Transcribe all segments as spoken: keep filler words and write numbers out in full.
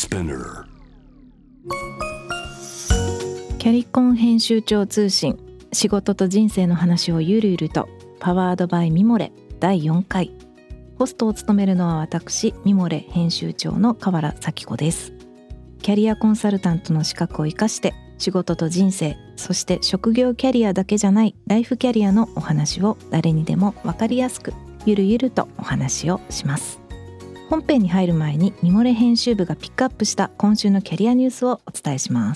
Spinner キャリコン編集長通信、仕事と人生の話をゆるゆると、パワードバイミモレだいよんかい。ホストを務めるのは私、ミモレ編集長の河原咲子です。キャリアコンサルタントの資格を生かして仕事と人生、そして職業キャリアだけじゃないライフキャリアのお話を誰にでも分かりやすくゆるゆるとお話をします。本編に入る前にミモレ編集部がピックアップした今週のキャリアニュースをお伝えします。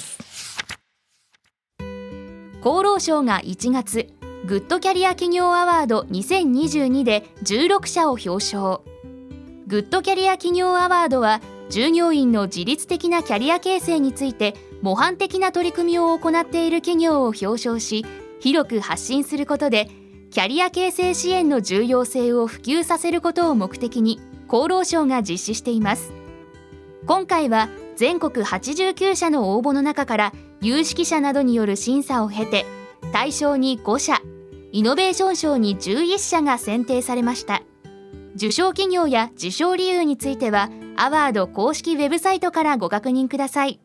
厚労省がいちがつグッドキャリア企業アワードにせんにじゅうにでじゅうろくしゃを表彰。グッドキャリア企業アワードは従業員の自律的なキャリア形成について模範的な取り組みを行っている企業を表彰し、広く発信することでキャリア形成支援の重要性を普及させることを目的に厚労省が実施しています。今回は全国はちじゅうきゅうしゃの応募の中から有識者などによる審査を経て、大賞にごしゃ、イノベーション賞にじゅういっしゃが選定されました。受賞企業や受賞理由についてはアワード公式ウェブサイトからご確認ください。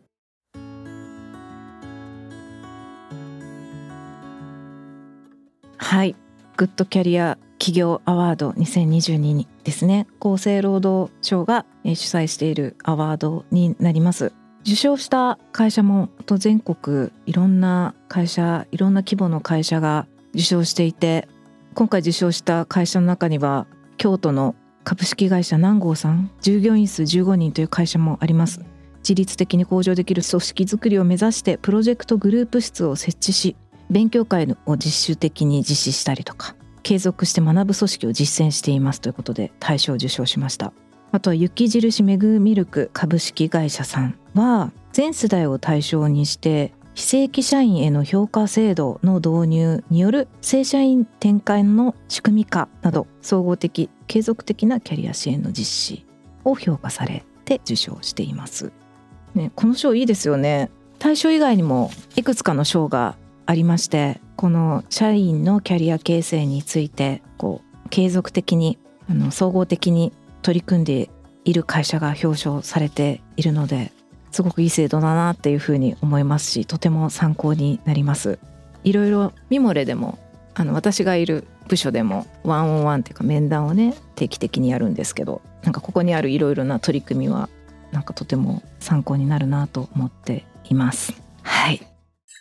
はい、グッドキャリア企業アワードにせんにじゅうにですね。厚生労働省が主催しているアワードになります。受賞した会社もと全国いろんな会社、いろんな規模の会社が受賞していて、今回受賞した会社の中には京都の株式会社南郷さん、従業員数じゅうごにんという会社もあります。自律的に向上できる組織づくりを目指してプロジェクトグループ室を設置し、勉強会を自主的に実施したりとか、継続して学ぶ組織を実践していますということで大賞を受賞しました。あとは雪印メグミルク株式会社さんは全世代を対象にして非正規社員への評価制度の導入による正社員転換の仕組み化など総合的継続的なキャリア支援の実施を評価されて受賞しています、ね、この賞いいですよね。大賞以外にもいくつかの賞がありまして、この社員のキャリア形成についてこう継続的にあの総合的に取り組んでいる会社が表彰されているので、すごくいい制度だなっていうふうに思いますし、とても参考になります。いろいろミモレでもあの私がいる部署でもワンオンワンっていうか面談をね定期的にやるんですけど、なんかここにあるいろいろな取り組みはなんかとても参考になるなと思っています。はい。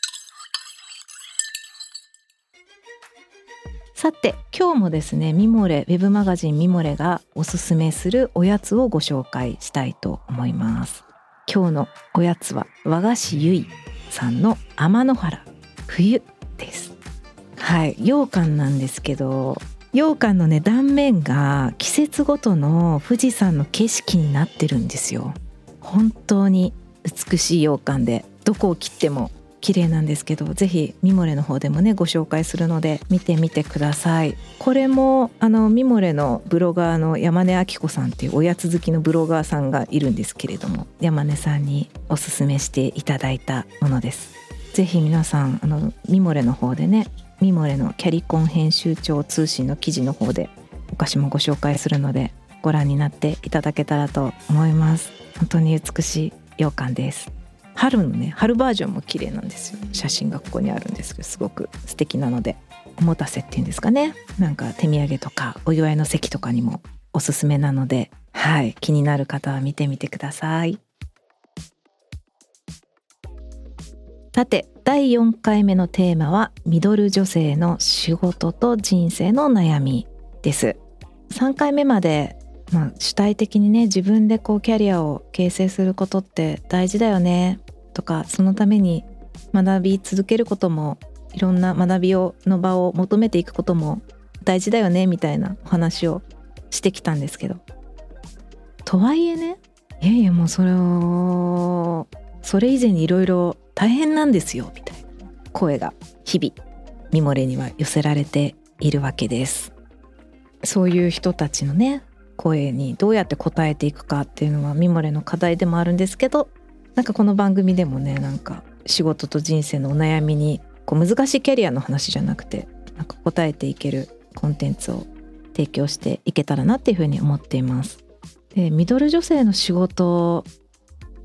さて今日もですね、ミモレウェブマガジンミモレがおすすめするおやつをご紹介したいと思います。今日のおやつは和菓子ゆいさんの天の原冬です。はい、羊羹なんですけど、羊羹のね断面が季節ごとの富士山の景色になってるんですよ。本当に美しい羊羹でどこを切っても綺麗なんですけど、ぜひミモレの方でもねご紹介するので見てみてください。これもあのミモレのブロガーの山根明子さんっていうおやつ好きのブロガーさんがいるんですけれども、山根さんにおすすめしていただいたものです。ぜひ皆さんあのミモレの方でね、ミモレのキャリコン編集長通信の記事の方でお菓子もご紹介するのでご覧になっていただけたらと思います。本当に美しい羊羹です。春のね春バージョンも綺麗なんですよ。写真がここにあるんですけど、すごく素敵なので、おもたせっていうんですかね、なんか手土産とかお祝いの席とかにもおすすめなので、はい、気になる方は見てみてください。さてだいよんかいめのテーマはミドル女性の仕事と人生の悩みです。さんかいめまでまあ、主体的にね自分でこうキャリアを形成することって大事だよねとか、そのために学び続けることも、いろんな学びをの場を求めていくことも大事だよねみたいなお話をしてきたんですけど、とはいえね、いやいやもうそれをそれ以前にいろいろ大変なんですよみたいな声が日々ミモレには寄せられているわけです。そういう人たちのね声にどうやって応えていくかっていうのはミモレの課題でもあるんですけど、なんかこの番組でもね、なんか仕事と人生のお悩みにこう難しいキャリアの話じゃなくて、なんか答えていけるコンテンツを提供していけたらなっていうふうに思っています。でミドル女性の仕事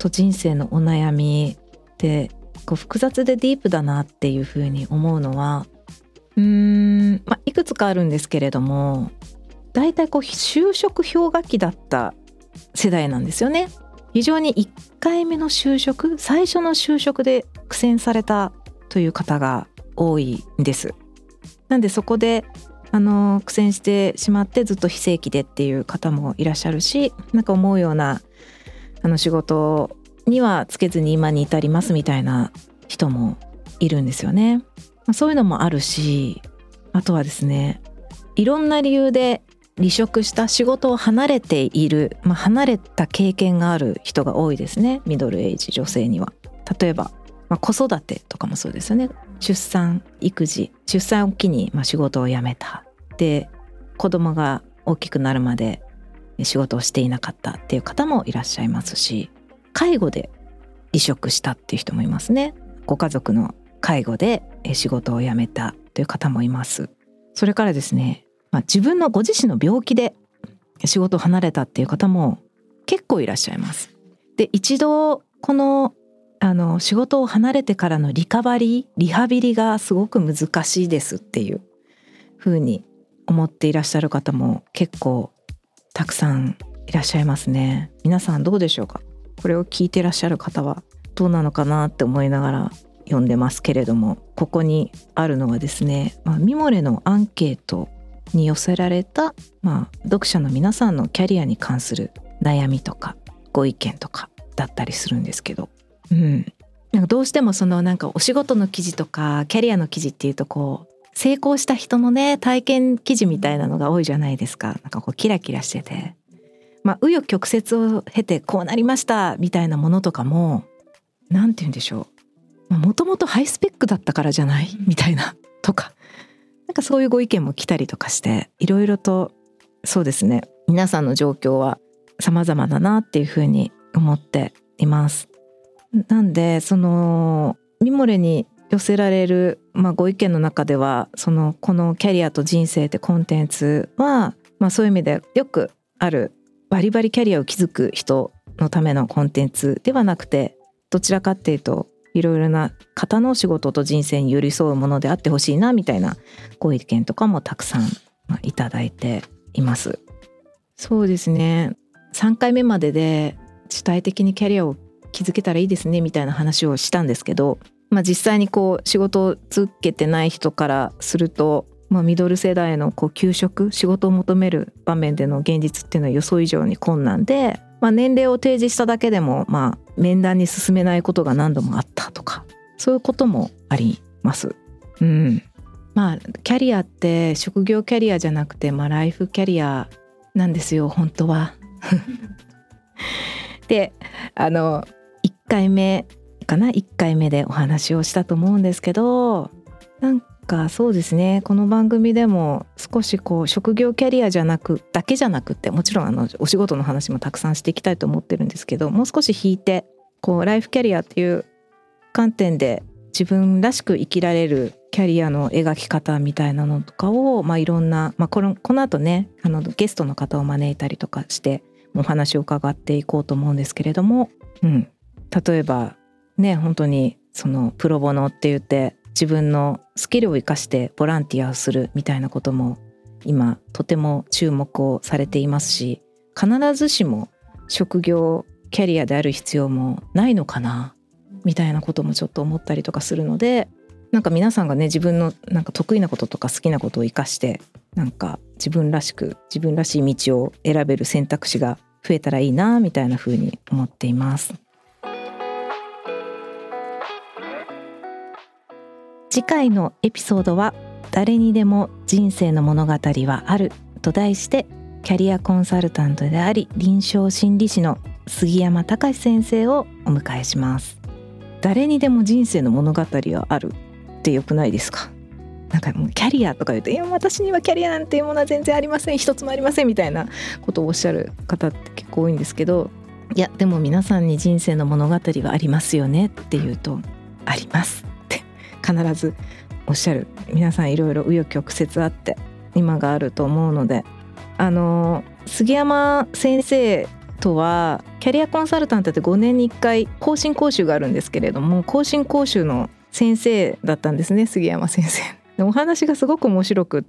と人生のお悩みってこう複雑でディープだなっていうふうに思うのは、うーん、まあ、いくつかあるんですけれども、だいたいこう就職氷河期だった世代なんですよね。非常にいっかいめの就職、最初の就職で苦戦されたという方が多いんです。なんでそこであの苦戦してしまってずっと非正規でっていう方もいらっしゃるし、なんか思うようなあの仕事にはつけずに今に至りますみたいな人もいるんですよね。まあ、そういうのもあるし、あとはですね、いろんな理由で離職した仕事を離れている、まあ、離れた経験がある人が多いですね。ミドルエイジ女性には。例えば、まあ、子育てとかもそうですよね。出産育児出産を機にまあ仕事を辞めた、で子供が大きくなるまで仕事をしていなかったっていう方もいらっしゃいますし、介護で離職したっていう人もいますね。ご家族の介護で仕事を辞めたという方もいます。それからですね、まあ、自分のご自身の病気で仕事を離れたっていう方も結構いらっしゃいます。で、一度このあの仕事を離れてからのリカバリーリハビリがすごく難しいですっていう風に思っていらっしゃる方も結構たくさんいらっしゃいますね。皆さんどうでしょうか。これを聞いていらっしゃる方はどうなのかなって思いながら読んでますけれども、ここにあるのはですね、まあ、ミモレのアンケートに寄せられた、まあ、読者の皆さんのキャリアに関する悩みとかご意見とかだったりするんですけど、うん、なんかどうしてもそのなんかお仕事の記事とかキャリアの記事っていうとこう成功した人のね体験記事みたいなのが多いじゃないですか。なんかこうキラキラしてて、まあ紆余曲折を経てこうなりましたみたいなものとかも、なんて言うんでしょう、もともとハイスペックだったからじゃないみたいなとか、なんかそういうご意見も来たりとかして、いろいろとそうですね、皆さんの状況は様々だなっていうふうに思っています。なんでそのミモレに寄せられる、まあ、ご意見の中では、そのこのキャリアと人生ってコンテンツは、まあ、そういう意味でよくあるバリバリキャリアを築く人のためのコンテンツではなくて、どちらかっていうといろいろな方の仕事と人生に寄り添うものであってほしいなみたいなご意見とかもたくさんいただいています。そうですね、さんかいめまでで主体的にキャリアを築けたらいいですねみたいな話をしたんですけど、まあ、実際にこう仕事を続けてない人からすると、まあ、ミドル世代のこう求職仕事を求める場面での現実っていうのは予想以上に困難で、まあ、年齢を提示しただけでも、まあ、面談に進めないことが何度もあったとか、そういうこともあります。うん、まあキャリアって職業キャリアじゃなくて、まあ、ライフキャリアなんですよ本当は。で、あのいっかいめかないっかいめでお話をしたと思うんですけど、なんかそうですね、この番組でも少しこう職業キャリアじゃなくだけじゃなくて、もちろんあのお仕事の話もたくさんしていきたいと思ってるんですけど、もう少し引いてこうライフキャリアっていう観点で自分らしく生きられるキャリアの描き方みたいなのとかを、まあ、いろんな、まあ、この、この後ねあのゲストの方を招いたりとかしてお話を伺っていこうと思うんですけれども、うん、例えばね、本当にそのプロボノって言って自分のスキルを生かしてボランティアをするみたいなことも今とても注目をされていますし、必ずしも職業キャリアである必要もないのかなみたいなこともちょっと思ったりとかするので、なんか皆さんがね自分のなんか得意なこととか好きなことを生かしてなんか自分らしく自分らしい道を選べる選択肢が増えたらいいなみたいな風に思っています。次回のエピソードは誰にでも人生の物語はあると題して、キャリアコンサルタントであり臨床心理士の杉山隆先生をお迎えします。誰にでも人生の物語はあるってよくないですか。なんかもうキャリアとか言うと、いや私にはキャリアなんていうものは全然ありません、一つもありませんみたいなことをおっしゃる方って結構多いんですけど、いやでも皆さんに人生の物語はありますよねって言うと、ありますって必ずおっしゃる。皆さんいろいろ紆余曲折あって今があると思うので、あの杉山先生とはキャリアコンサルタントってごねんにいっかい更新講習があるんですけれども、更新講習の先生だったんですね、杉山先生。お話がすごく面白くって、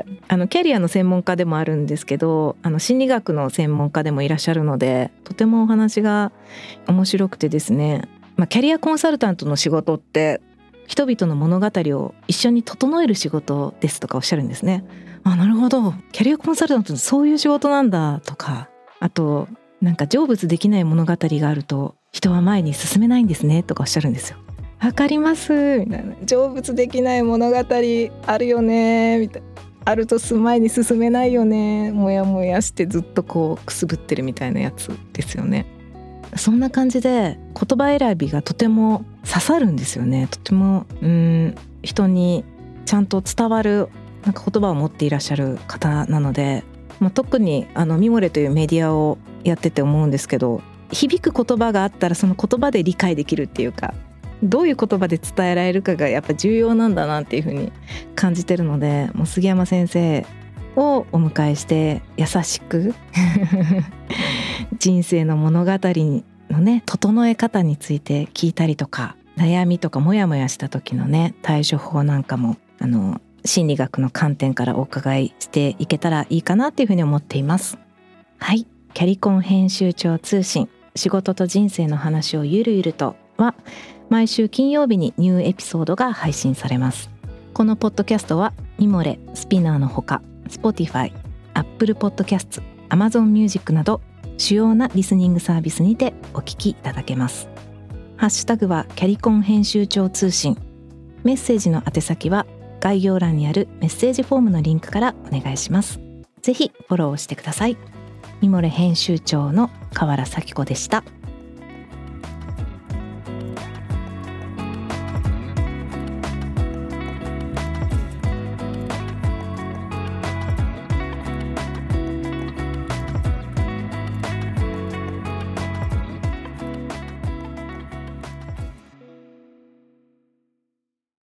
あのキャリアの専門家でもあるんですけど、あの心理学の専門家でもいらっしゃるので、とてもお話が面白くてですね、まあ、キャリアコンサルタントの仕事って人々の物語を一緒に整える仕事ですとかおっしゃるんですね。あ、なるほど、キャリアコンサルタントってそういう仕事なんだとか、あとなんか成仏できない物語があると人は前に進めないんですねとかおっしゃるんですよ。わかりますみたいな、成仏できない物語あるよねみたいな、あると前に進めないよね、もやもやしてずっとこうくすぶってるみたいなやつですよね。そんな感じで言葉選びがとても刺さるんですよね。とてもうーん人にちゃんと伝わるなんか言葉を持っていらっしゃる方なので、まあ、特にあのミモレというメディアをやってて思うんですけど、響く言葉があったらその言葉で理解できるっていうか、どういう言葉で伝えられるかがやっぱ重要なんだなっていうふうに感じてるので、もう杉山先生をお迎えして優しく人生の物語のね整え方について聞いたりとか、悩みとかモヤモヤした時のね対処法なんかもあの心理学の観点からお伺いしていけたらいいかなっていうふうに思っています。はい、キャリコン編集長通信、仕事と人生の話をゆるゆるとは毎週金曜日にニューエピソードが配信されます。このポッドキャストはミモレ、スピナーのほか Spotify、Apple Podcast、Amazon Music など主要なリスニングサービスにてお聞きいただけます。ハッシュタグはキャリコン編集長通信。メッセージの宛先は概要欄にあるメッセージフォームのリンクからお願いします。ぜひフォローしてください。ミモレ編集長の河原咲子でした。